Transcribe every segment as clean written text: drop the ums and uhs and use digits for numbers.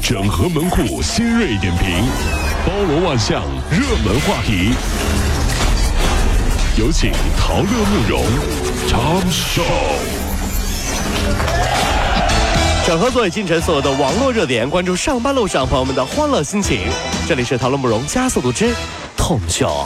整合门户新锐点评，包罗万象，热门话题。有请陶乐慕容 Tom Show。 整合所有进城所有的网络热点，关注上班路上朋友们的欢乐心情。这里是陶乐慕容加速度之 Tom Show。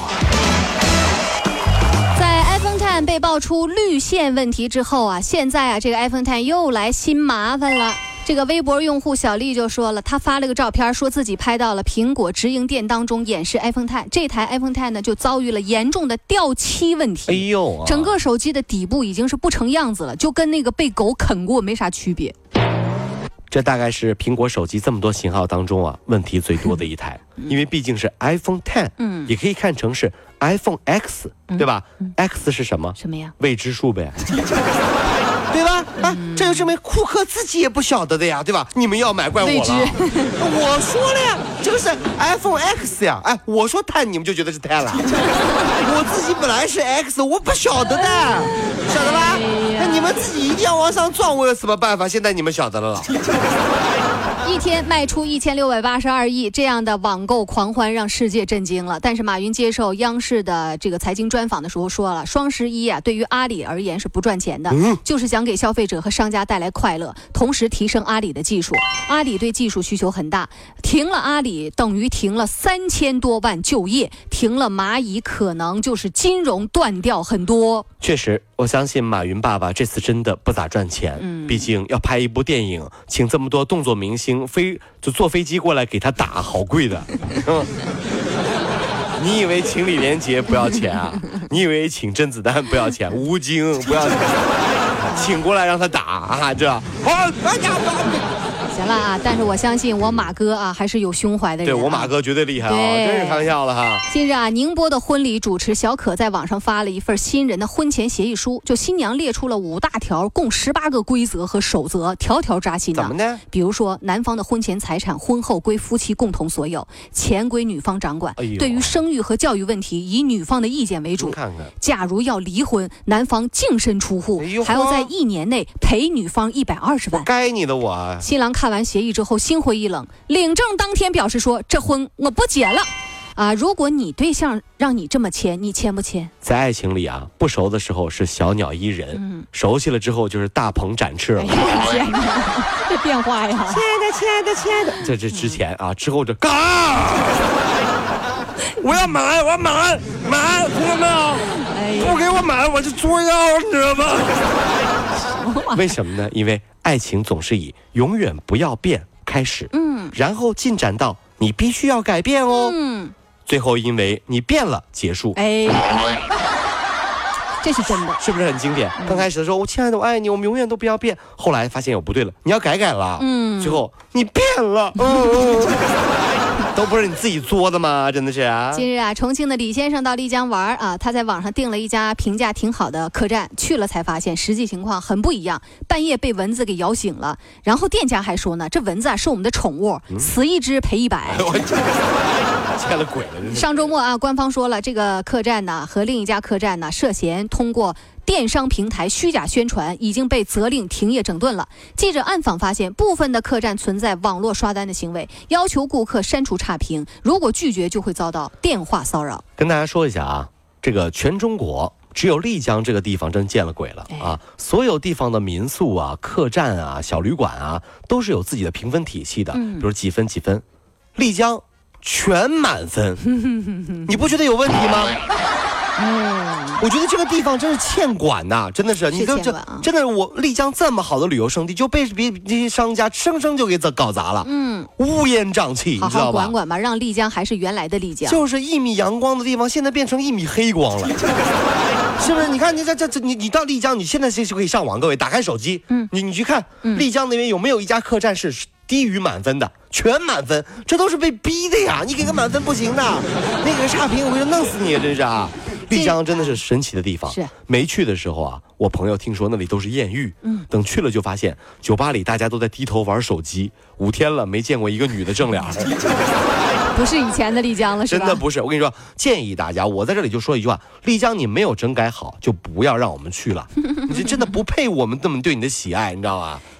在 iPhone X 被爆出绿线问题之后啊，现在这个 iPhone X 又来新麻烦了。这个微博用户小丽就说了，她发了个照片，说自己拍到了苹果直营店当中演示 iPhone X， 这台 iPhone X 呢就遭遇了严重的掉漆问题。 哎呦， 整个手机的底部已经是不成样子了，就跟那个被狗啃过没啥区别。 这大概是苹果手机这么多型号当中啊问题最多的一台，因为毕竟是 iPhone X，也可以看成是 iPhone X，对吧？X 是什么？ 什么呀？ 未知数呗。对吧？啊，这就证明库克自己也不晓得的呀，对吧？你们要买怪我了。我说了呀，这个是 iPhone X 呀。哎，我说10，你们就觉得是10了。我自己本来是 X， 我不晓得的，晓得吧？那你们自己一定要往上撞，我有什么办法？现在你们晓得了。 一天卖出1682亿，这样的网购狂欢让世界震惊了。但是马云接受央视的这个财经专访的时候说了，双11啊，对于阿里而言是不赚钱的，就是想给消费者和商家带来快乐，同时提升阿里的技术。阿里对技术需求很大，停了阿里等于停了3000多万就业，停了蚂蚁可能就是金融断掉很多。 确实，我相信马云爸爸这次真的不咋赚钱，毕竟要拍一部电影，请这么多动作明星就坐飞机过来给他打，好贵的。你以为请李连杰不要钱啊？你以为请甄子丹不要钱？吴京不要钱，请过来让他打啊！这行了啊，但是我相信我马哥啊还是有胸怀的人。 对，我马哥绝对厉害啊，真是开玩笑了哈。 近日啊，宁波的婚礼主持小可在网上发了一份新人的婚前协议书，就新娘列出了5大条，共18个规则和守则，条条扎心怎么呢？ 比如说，男方的婚前财产婚后归夫妻共同所有，钱归女方掌管。对于生育和教育问题，以女方的意见为主。假如要离婚，男方净身出户，还要在1年内赔女方120万。 该你的我。 新郎看完协议之后心灰意冷，领证当天表示说，这婚我不结了啊！如果你对象让你这么签，你签不签？在爱情里啊，不熟的时候是小鸟依人，熟悉了之后就是大鹏展翅了。 天哪，这变化呀！ 亲爱的，亲爱的，亲爱的，这之前啊，之后这嘎，我要买，听到没有？不给我买，我就作妖，你知道吗？为什么呢？因为爱情总是以永远不要变开始，然后进展到你必须要改变哦，最后因为你变了结束。 这是真的， 是不是很经典？刚开始的时候，我亲爱的，我爱你，我们永远都不要变。后来发现有不对了，你要改了，最后你变了，都不是你自己作的吗？真的是啊！ 近日啊，重庆的李先生到丽江玩啊，他在网上订了一家评价挺好的客栈，去了才发现实际情况很不一样。半夜被蚊子给咬醒了，然后店家还说呢，这蚊子啊是我们的宠物，死一只赔100。 见了鬼了！ 上周末啊，官方说了，这个客栈呢和另一家客栈呢涉嫌通过电商平台虚假宣传，已经被责令停业整顿了。记者暗访发现，部分的客栈存在网络刷单的行为，要求顾客删除差评，如果拒绝就会遭到电话骚扰。 跟大家说一下啊，这个全中国只有丽江这个地方真见了鬼了啊！所有地方的民宿啊、客栈啊、小旅馆啊，都是有自己的评分体系的，比如几分几分，丽江全满分，你不觉得有问题吗？我觉得这个地方真是欠管呐，真的是，你都真的，我丽江这么好的旅游胜地，就被这些商家生生就给搞砸了，乌烟瘴气， 好你知道吧？ 管管吧，让丽江还是原来的丽江， 就是1米阳光的地方，现在变成1米黑光了。是不是？你看，你到丽江，你现在就可以上网，各位打开手机，你去看丽江那边有没有一家客栈是低于满分的，全满分，这都是被逼的呀！你给个满分不行的，那个差评我就弄死你，真是啊！丽江真的是神奇的地方。 是没去的时候啊，我朋友听说那里都是艳遇，等去了就发现酒吧里大家都在低头玩手机，5天了没见过一个女的正脸。 不是以前的丽江了，是吧？ 真的不是。我跟你说，建议大家，我在这里就说一句话：丽江你没有整改好，就不要让我们去了。你这真的不配我们这么对你的喜爱，你知道吗？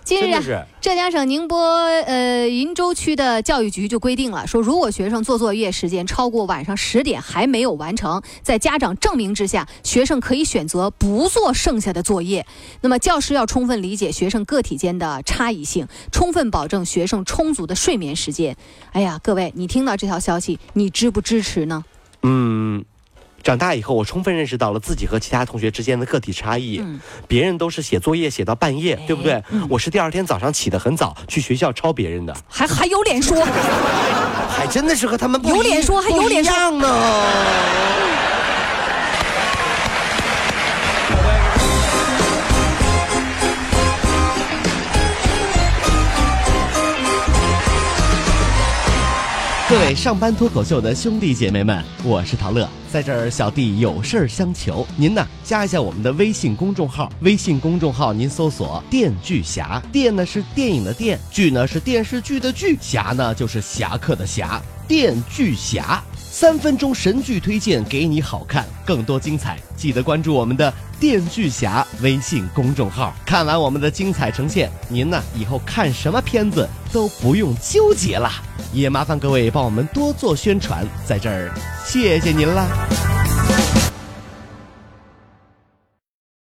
近日啊，浙江省宁波鄞州区的教育局就规定了，说如果学生做作业时间超过晚上10点还没有完成，在家长证明之下，学生可以选择不做剩下的作业。那么教师要充分理解学生个体间的差异性，充分保证学生充足的睡眠时间。哎呀，各位，你听到这条消息，你支不支持呢？ 长大以后，我充分认识到了自己和其他同学之间的个体差异。别人都是写作业写到半夜，对不对？我是第二天早上起得很早去学校抄别人的， 还有脸说， 还真的是和他们有脸说，还有脸说呢。 各位上班脱口秀的兄弟姐妹们，我是陶乐，在这儿小弟有事儿相求，您呢加一下我们的微信公众号，微信公众号您搜索电锯侠，电呢是电影的电，剧呢是电视剧的剧，侠呢就是侠客的侠，电锯侠，3分钟神剧推荐给你好看，更多精彩记得关注我们的电锯侠微信公众号。看完我们的精彩呈现，您呢以后看什么片子都不用纠结了，也麻烦各位帮我们多做宣传，在这儿谢谢您啦。